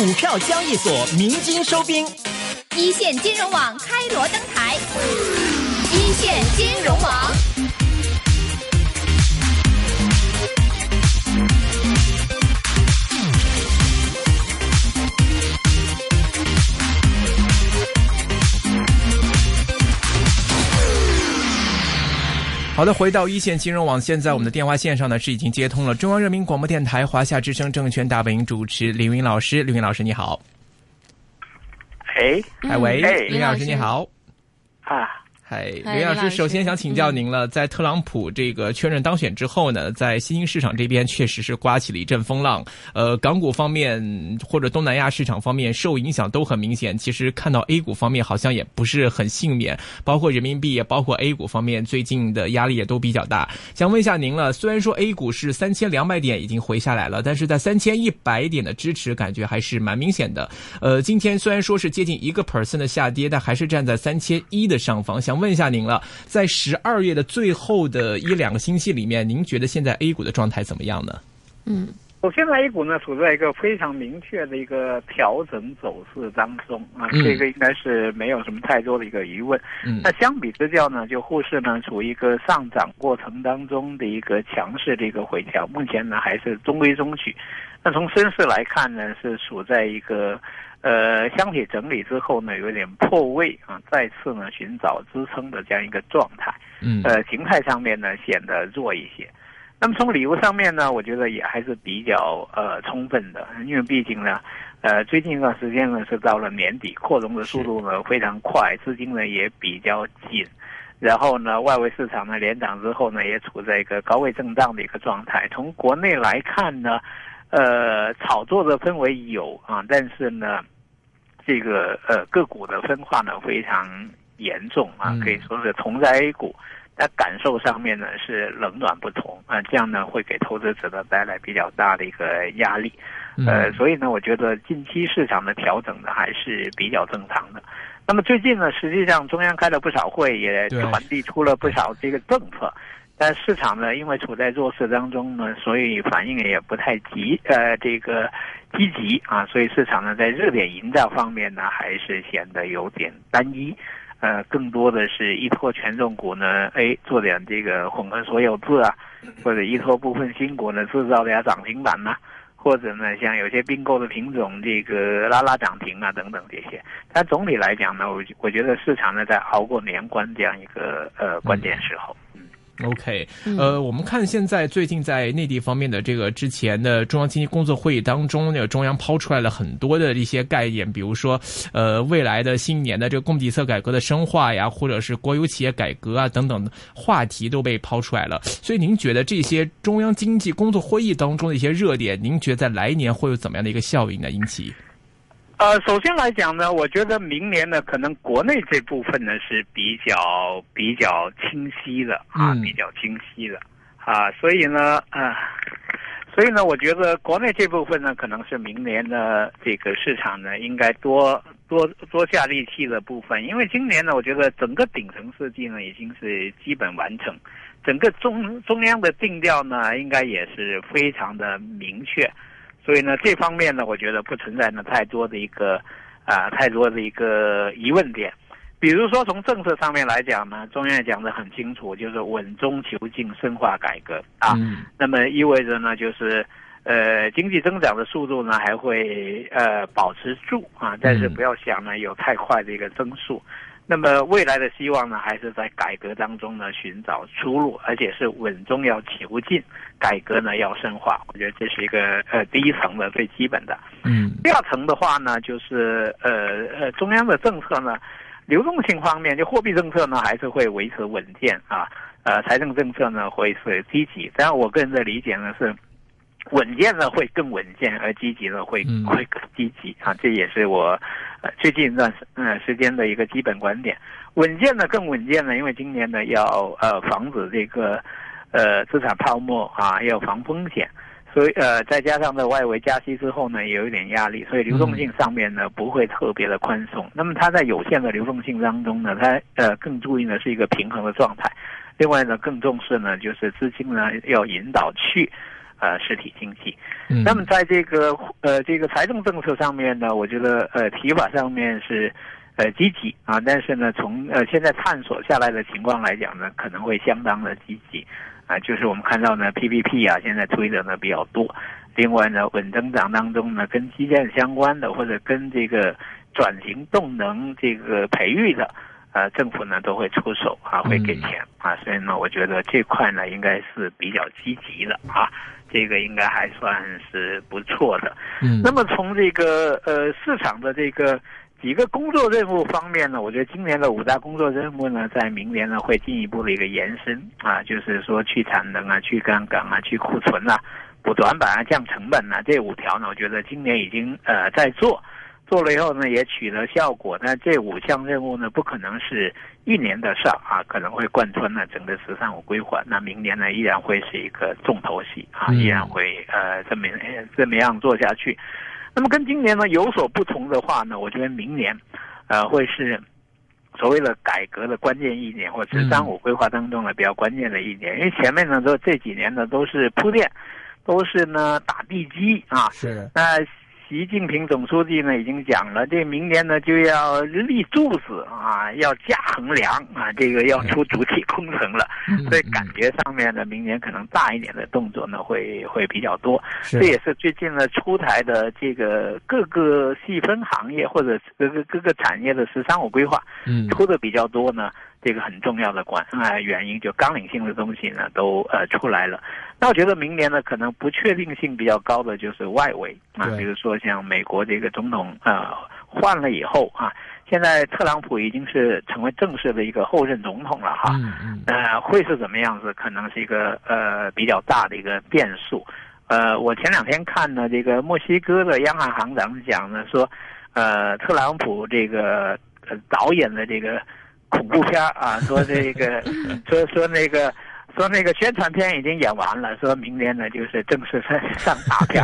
股票交易所鸣金收兵， 一线金融网开锣登台，一线金融网。 好的，回到一线金融网，现在我们的电话线上呢是已经接通了中央人民广播电台华夏之声证券大本营主持李云老师。李云老师你好。 喂， 李云老师你好。李老师，首先想请教您了，在特朗普这个确认当选之后呢，在新兴市场这边确实是刮起了一阵风浪，港股方面或者东南亚市场方面受影响都很明显。其实看到 A 股方面好像也不是很幸免，包括人民币也包括 A 股方面最近的压力也都比较大。想问一下您了，虽然说 A 股是3200点已经回下来了，但是在3100点的支持感觉还是蛮明显的。今天虽然说是接近1% 的下跌，但还是站在3100的上方。想问一下您了，在12月的最后的1-2个星期里面，您觉得现在 A 股的状态怎么样呢？ 首先呢 A 股呢处在一个非常明确的一个调整走势当中啊，这个应该是没有什么太多的一个疑问。那相比之下呢，就沪市呢处于一个上涨过程当中的一个强势的一个回调，目前呢还是中规中矩。那从深市来看呢，是处在一个箱体整理之后呢，有点破位啊，再次呢寻找支撑的这样一个状态。形态上面呢显得弱一些。那么从理由上面呢，我觉得也还是比较充分的，因为毕竟呢，最近一段时间呢是到了年底，扩容的速度呢非常快，资金呢也比较紧，然后呢外围市场呢连涨之后呢也处在一个高位震荡的一个状态。从国内来看呢，炒作的氛围有啊，但是呢，这个个股的分化呢非常严重啊，可以说是同在 A 股。那感受上面呢是冷暖不同啊，这样呢会给投资者呢带来比较大的一个压力，所以呢我觉得近期市场的调整呢还是比较正常的。那么最近呢，实际上中央开了不少会，也传递出了不少这个政策，但市场呢因为处在弱势当中呢，所以反应也不太积极啊，所以市场呢在热点营造方面呢还是显得有点单一。更多的是依托权重股呢，做点这个混合所有制啊，或者依托部分新股呢制造点涨停板呐，或者呢像有些并购的品种这个拉涨停啊等等这些。但总体来讲呢，我觉得市场呢在熬过年关这样一个关键时候。 OK， 我们看现在最近在内地方面的这个之前的中央经济工作会议当中，中央抛出来了很多的一些概念，比如说未来的新年的这个供给侧改革的深化呀，或者是国有企业改革啊等等的话题都被抛出来了。所以您觉得这些中央经济工作会议当中的一些热点，您觉得在来年会有怎么样的一个效应呢？引起？ 首先来讲呢，我觉得明年呢，可能国内这部分呢是比较清晰的啊，比较清晰的啊，所以呢，我觉得国内这部分呢，可能是明年的这个市场呢，应该多下力气的部分，因为今年呢，我觉得整个顶层设计呢已经是基本完成，整个中央的定调呢，应该也是非常的明确。所以呢，这方面呢，我觉得不存在呢太多的一个疑问点。比如说从政策上面来讲呢，中央也讲得很清楚，就是稳中求进，深化改革啊。那么意味着呢，就是经济增长的速度呢还会保持住啊，但是不要想呢有太快的一个增速。那么未来的希望呢，还是在改革当中呢寻找出路，而且是稳中要求进，改革呢要深化。我觉得这是一个第一层的最基本的。第二层的话呢，就是中央的政策呢，流动性方面，就货币政策呢还是会维持稳健啊，财政政策呢会是积极。当然，我个人的理解呢是，稳健呢会更稳健，而积极呢会更积极啊，这也是我最近一段时间的一个基本观点。稳健呢更稳健呢，因为今年呢要防止这个资产泡沫啊，要防风险，所以再加上在外围加息之后呢，也有一点压力，所以流动性上面呢不会特别的宽松。那么它在有限的流动性当中呢，它更注意的是一个平衡的状态。另外呢，更重视呢就是资金呢要引导去实体经济。那么在这个财政政策上面呢，我觉得提法上面是积极啊，但是呢从现在探索下来的情况来讲呢，可能会相当的积极啊，就是我们看到呢 PPP 啊现在推的呢比较多，另外呢稳增长当中呢跟基建相关的或者跟这个转型动能这个培育的政府呢都会出手啊，会给钱啊，所以呢我觉得这块呢应该是比较积极的啊，这个应该还算是不错的。那么从这个市场的这个几个工作任务方面呢，我觉得今年的5大工作任务呢，在明年呢会进一步的一个延伸啊，就是说去产能啊、去杠杆啊、去库存啊、补短板啊、降成本啊，这5条呢，我觉得今年已经在做了以后呢，也取得效果。那这5项任务呢，不可能是1年的事啊，可能会贯穿呢整个“十三五”规划。那明年呢，依然会是一个重头戏啊，依然会这么样做下去。那么跟今年呢有所不同的话呢，我觉得明年，会是所谓的改革的关键1年，或者“十三五”规划当中呢比较关键的1年，因为前面呢这几年呢都是铺垫，都是呢打地基啊。是。那习近平总书记呢已经讲了，这明年呢就要立柱子啊，要加横梁啊，这个要出主体工程了。所以感觉上面呢，明年可能大一点的动作呢会比较多。这也是最近呢出台的这个各个细分行业或者各个产业的“十三五”规划，出的比较多呢。这个很重要的原因，就纲领性的东西呢都出来了。那我觉得明年呢可能不确定性比较高的就是外围啊，比如说像美国这个总统换了以后啊，现在特朗普已经是成为正式的一个后任总统了哈。会是怎么样子？可能是一个比较大的一个变数。我前2天看呢，这个墨西哥的央行行长讲呢说，特朗普这个导演的这个恐怖片啊，说这个说那个宣传片已经演完了，说明年呢就是正式上大片，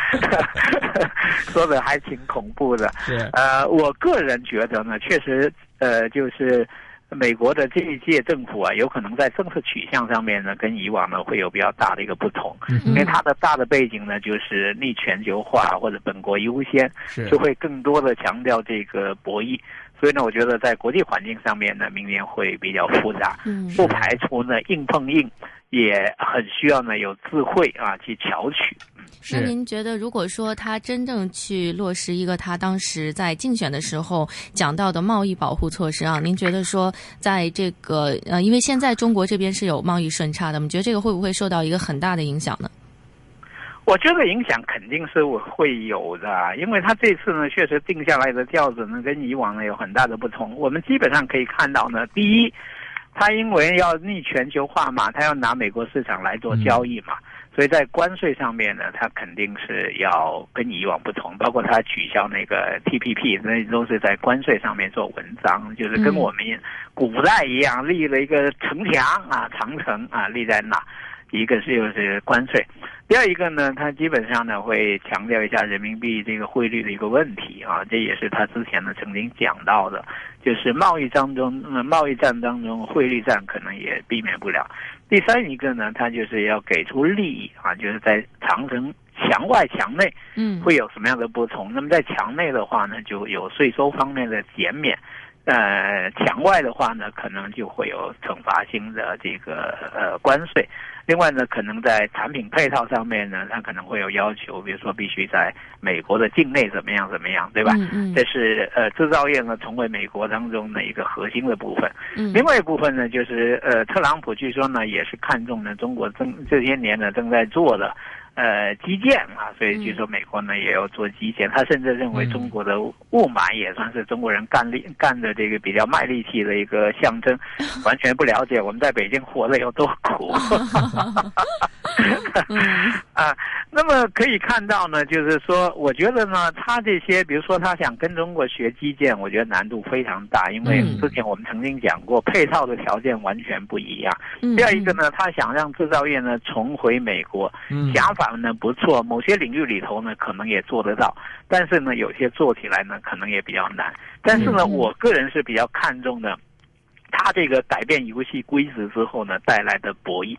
说的还挺恐怖的。我个人觉得呢，确实就是美国的这一届政府啊，有可能在政策取向上面呢，跟以往呢会有比较大的一个不同，因为它的大的背景呢就是逆全球化或者本国优先，就会更多的强调这个博弈。所以呢，我觉得在国际环境上面呢，明年会比较复杂，不排除呢硬碰硬，也很需要呢有智慧啊去巧取。 那您觉得，如果说他真正去落实一个他当时在竞选的时候讲到的贸易保护措施啊，您觉得说在这个因为现在中国这边是有贸易顺差的，你觉得这个会不会受到一个很大的影响呢？ 我觉得影响肯定是会有的，因为他这次呢确实定下来的调子呢跟以往呢有很大的不同。我们基本上可以看到呢，第一，他因为要逆全球化嘛，他要拿美国市场来做交易嘛，所以在关税上面呢，他肯定是要跟以往不同，包括他取消那个 TPP， 那都是在关税上面做文章，就是跟我们古代一样立了一个城墙啊，长城啊立在那。一个是就是关税，第二一个呢，它基本上呢会强调一下人民币这个汇率的一个问题啊，这也是他之前呢曾经讲到的，就是贸易战当中汇率战可能也避免不了。第三一个呢，它就是要给出利益啊，就是在长城墙外墙内会有什么样的不同。那么在墙内的话呢，就有税收方面的减免。墙外的话呢，可能就会有惩罚性的这个关税。另外呢，可能在产品配套上面呢，它可能会有要求，比如说必须在美国的境内怎么样，对吧？这是制造业呢成为美国当中的一个核心的部分。另外一部分呢，就是特朗普据说呢也是看中了中国这些年呢正在做的。基建啊，所以据说美国呢也要做基建，他甚至认为中国的雾霾也算是中国人干的这个比较卖力气的一个象征，完全不了解我们在北京活得有多苦。那么可以看到呢，就是说，我觉得呢，他这些，比如说他想跟中国学基建，我觉得难度非常大，因为之前我们曾经讲过，配套的条件完全不一样。第二一个呢，他想让制造业呢重回美国，想法呢不错，某些领域里头呢可能也做得到，但是呢有些做起来呢可能也比较难。但是呢，我个人是比较看重的，他这个改变游戏规则之后呢带来的博弈。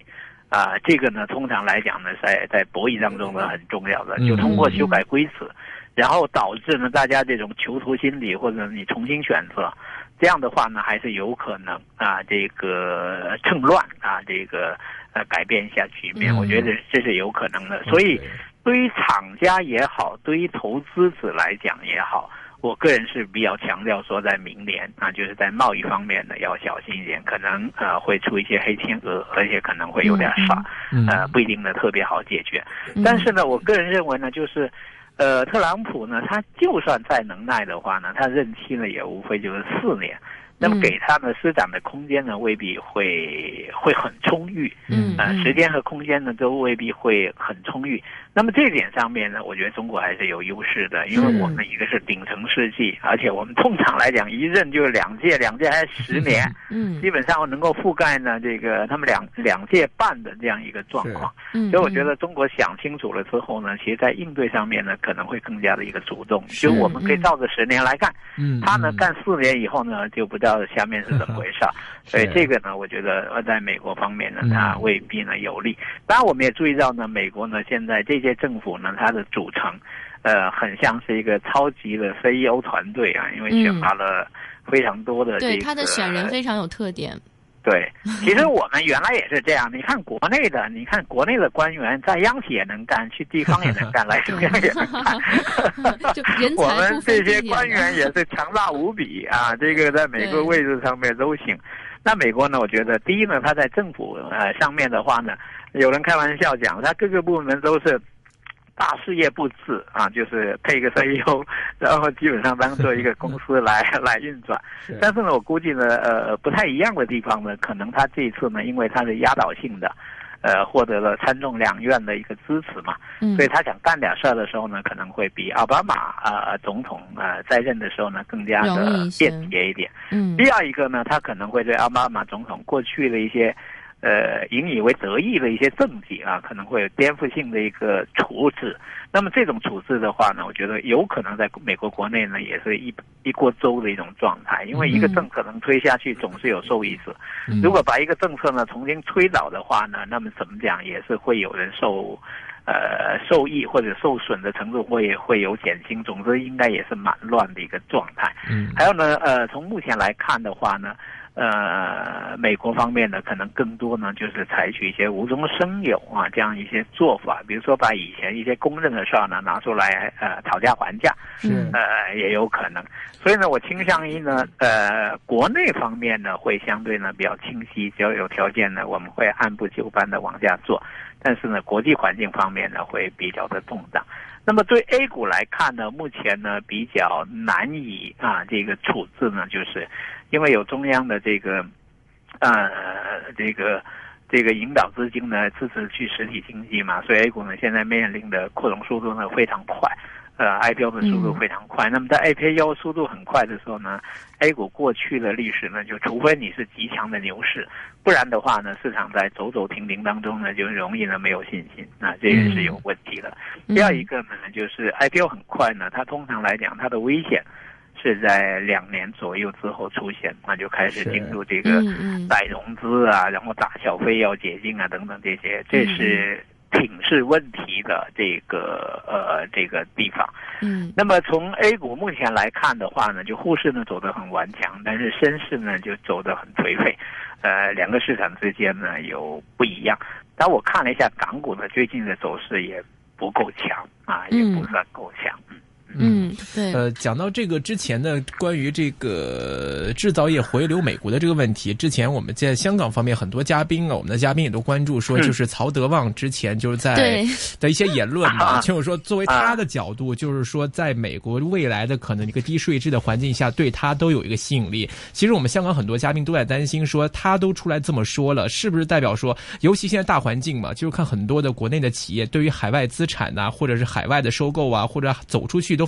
这个呢通常来讲呢在博弈当中呢很重要的，就通过修改规则，然后导致呢大家这种囚徒心理，或者你重新选择，这样的话呢还是有可能这个趁乱这个改变一下局面，我觉得这是有可能的。所以对于厂家也好，对于投资者来讲也好，我个人是比较强调说，在明年就是在贸易方面呢要小心一点，可能会出一些黑天鹅，而且可能会有点傻，不一定呢特别好解决。但是呢，我个人认为呢，就是特朗普呢，他就算再能耐的话呢，他任期呢也无非就是4年。那么给他呢施展的空间呢未必会很充裕，时间和空间呢都未必会很充裕。那么这点上面呢，我觉得中国还是有优势的，因为我们一个是顶层世纪，而且我们通常来讲一任就是2届还是10年，基本上能够覆盖呢这个他们两届半的这样一个状况。所以我觉得中国想清楚了之后呢，其实在应对上面呢可能会更加的一个主动，就我们可以照着10年来干，他呢干4年以后呢就不知道下面是怎么回事。所以这个呢，我觉得在美国方面呢，它未必呢有利。当然我们也注意到呢，美国呢现在这届政府呢，它的组成很像是一个超级的 CEO 团队因为选拔了非常多的对他的选人非常有特点。 对，其实我们原来也是这样。你看国内的官员在央企也能干，去地方也能干，来中央也能干。 就人才我们这些官员也是强大无比这个在每个位置上面都行。那美国呢，我觉得第一呢，它在政府上面的话呢，有人开玩笑讲，它各个部门都是大事业部制就是配一个 CEO， 然后基本上当做一个公司来运转。但是呢，我估计呢，不太一样的地方呢，可能他这一次呢，因为他是压倒性的，获得了参众两院的一个支持嘛，所以他想干点事儿的时候呢，可能会比奥巴马总统在任的时候呢更加的便捷一点。第二一个呢，他可能会对奥巴马总统过去的一些引以为得意的一些政绩可能会有颠覆性的一个处置。那么这种处置的话呢，我觉得有可能在美国国内呢也是一锅粥的一种状态，因为一个政策能推下去总是有受益者，如果把一个政策呢重新推倒的话呢，那么怎么讲也是会有人受益或者受损的程度会有减轻，总之应该也是蛮乱的一个状态。还有呢从目前来看的话呢，美国方面呢，可能更多呢就是采取一些无中生有这样一些做法，比如说把以前一些公认的事儿呢拿出来讨价还价，也有可能。所以呢，我倾向于呢，国内方面呢会相对呢比较清晰，只要有条件呢，我们会按部就班的往下做。但是呢，国际环境方面呢会比较的动荡。那么对 A 股来看呢，目前呢比较难以这个处置呢，就是因为有中央的这个引导资金呢支持去实体经济嘛，所以 A 股呢现在面临的扩容速度呢非常快。IPO 的速度非常快，那么在 IPO 速度很快的时候呢 ，A 股过去的历史呢，就除非你是极强的牛市，不然的话呢，市场在走走停停当中呢，就容易呢没有信心，这也是有问题的。第二一个呢，就是 IPO 很快呢，它通常来讲它的危险是在2年左右之后出现，那就开始进入这个再融资然后大小非要解禁等等这些，这是挺是问题的这个地方。那么从 A 股目前来看的话呢，就沪市呢走得很顽强，但是深市呢就走得很颓废。两个市场之间呢有不一样。但我看了一下港股呢，最近的走势也不够强也不算够强。 对。 讲到这个之前的关于这个制造业回流美国的这个问题，之前我们在香港方面很多嘉宾我们的嘉宾也都关注说，就是曹德旺之前就是在的一些言论嘛，就是说作为他的角度，就是说在美国未来的可能一个低税制的环境下，对他都有一个吸引力。其实我们香港很多嘉宾都在担心说，他都出来这么说了，是不是代表说，尤其现在大环境嘛，就是看很多的国内的企业对于海外资产或者是海外的收购或者走出去都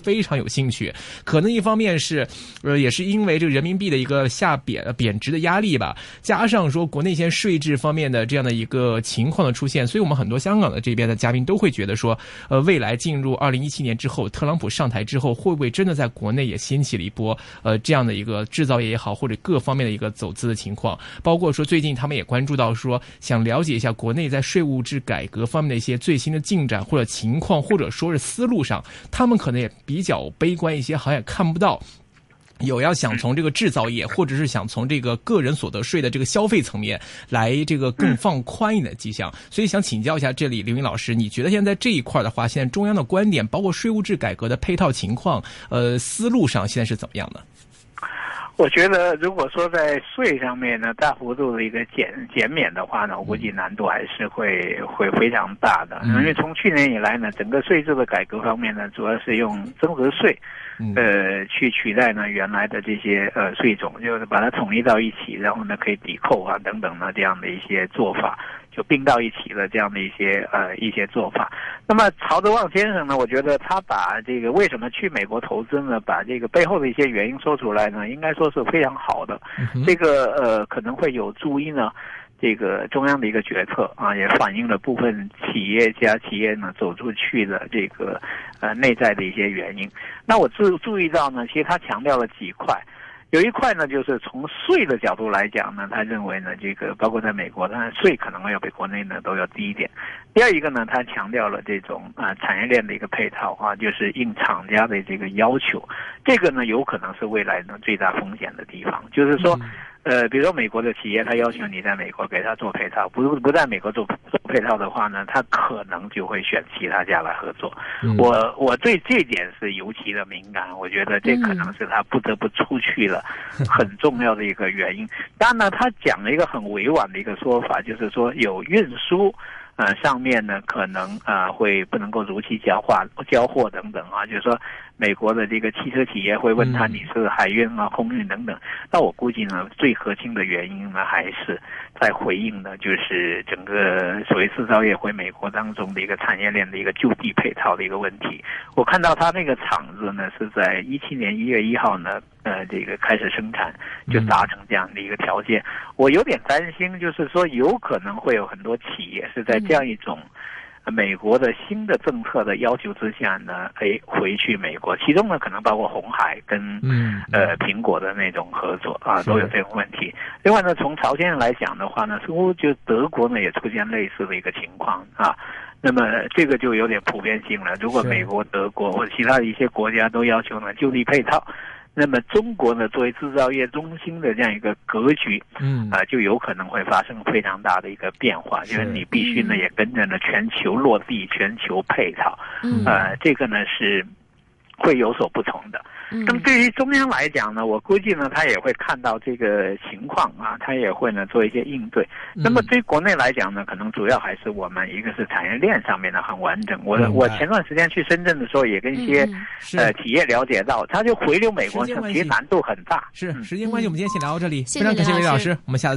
非常有兴趣。可能一方面是也是因为这个人民币的一个贬值的压力吧，加上说国内一些税制方面的这样的一个情况的出现，所以我们很多香港的这边的嘉宾都会觉得说未来进入2017年之后，特朗普上台之后，会不会真的在国内也掀起了一波这样的一个制造业也好，或者各方面的一个走资的情况。包括说最近他们也关注到说，想了解一下国内在税务制改革方面的一些最新的进展或者情况，或者说是思路上，他们可能也比较悲观一些，好像也看不到有要想从这个制造业，或者是想从这个个人所得税的这个消费层面来这个更放宽一点的迹象。所以想请教一下这里刘云老师，你觉得现在这一块的话，现在中央的观点包括税务制改革的配套情况思路上现在是怎么样的？ 我觉得如果说在税上面呢大幅度的一个减免的话呢，我估计难度还是会非常大的。因为从去年以来呢，整个税制的改革方面呢，主要是用增值税去取代呢原来的这些税种，就是把它统一到一起，然后呢可以抵扣啊等等呢这样的一些做法，就并到一起的这样的一些做法。那么曹德旺先生呢，我觉得他把这个为什么去美国投资呢，把这个背后的一些原因说出来呢，应该说是非常好的。这个可能会有助于呢这个中央的一个决策啊，也反映了部分企业呢走出去的这个内在的一些原因。那我注意到呢，其实他强调了几块。有一块呢，就是从税的角度来讲呢，他认为呢，这个包括在美国，它税可能要比国内呢都要低一点。第二一个呢，他强调了这种产业链的一个配套啊，就是应厂家的这个要求，这个呢有可能是未来呢最大风险的地方，就是说。比如说美国的企业，他要求你在美国给他做配套，不在美国做配套的话呢，他可能就会选其他家来合作。我对这点是尤其的敏感，我觉得这可能是他不得不出去了很重要的一个原因。当然呢，他讲了一个很委婉的一个说法，就是说有运输。上面呢可能会不能够如期交货等等啊，就是说美国的这个汽车企业会问他你是海运啊、空运等等。那我估计呢，最核心的原因呢还是在回应的，就是整个所谓制造业回美国当中的一个产业链的一个就地配套的一个问题。我看到他那个厂子呢是在2017年1月1号呢这个开始生产，就达成这样的一个条件。我有点担心，就是说有可能会有很多企业是在这样一种美国的新的政策的要求之下呢，回去美国，其中呢可能包括鸿海跟苹果的那种合作啊，都有这种问题。另外呢，从朝鲜来讲的话呢，似乎就德国呢也出现类似的一个情况啊。那么这个就有点普遍性了。如果美国、德国或者其他的一些国家都要求呢就地配套，那么中国呢作为制造业中心的这样一个格局，就有可能会发生非常大的一个变化，就是你必须呢也跟着呢全球落地、全球配套，这个呢是会有所不同的。那么对于中央来讲呢，我估计呢他也会看到这个情况啊，他也会呢做一些应对。那么对于国内来讲呢，可能主要还是我们一个是产业链上面的很完整。我前段时间去深圳的时候，也跟一些企业了解到，他就回流美国其实难度很大。 是时间关系，我们今天先聊到这里， 谢谢非常感谢魏老师，我们下次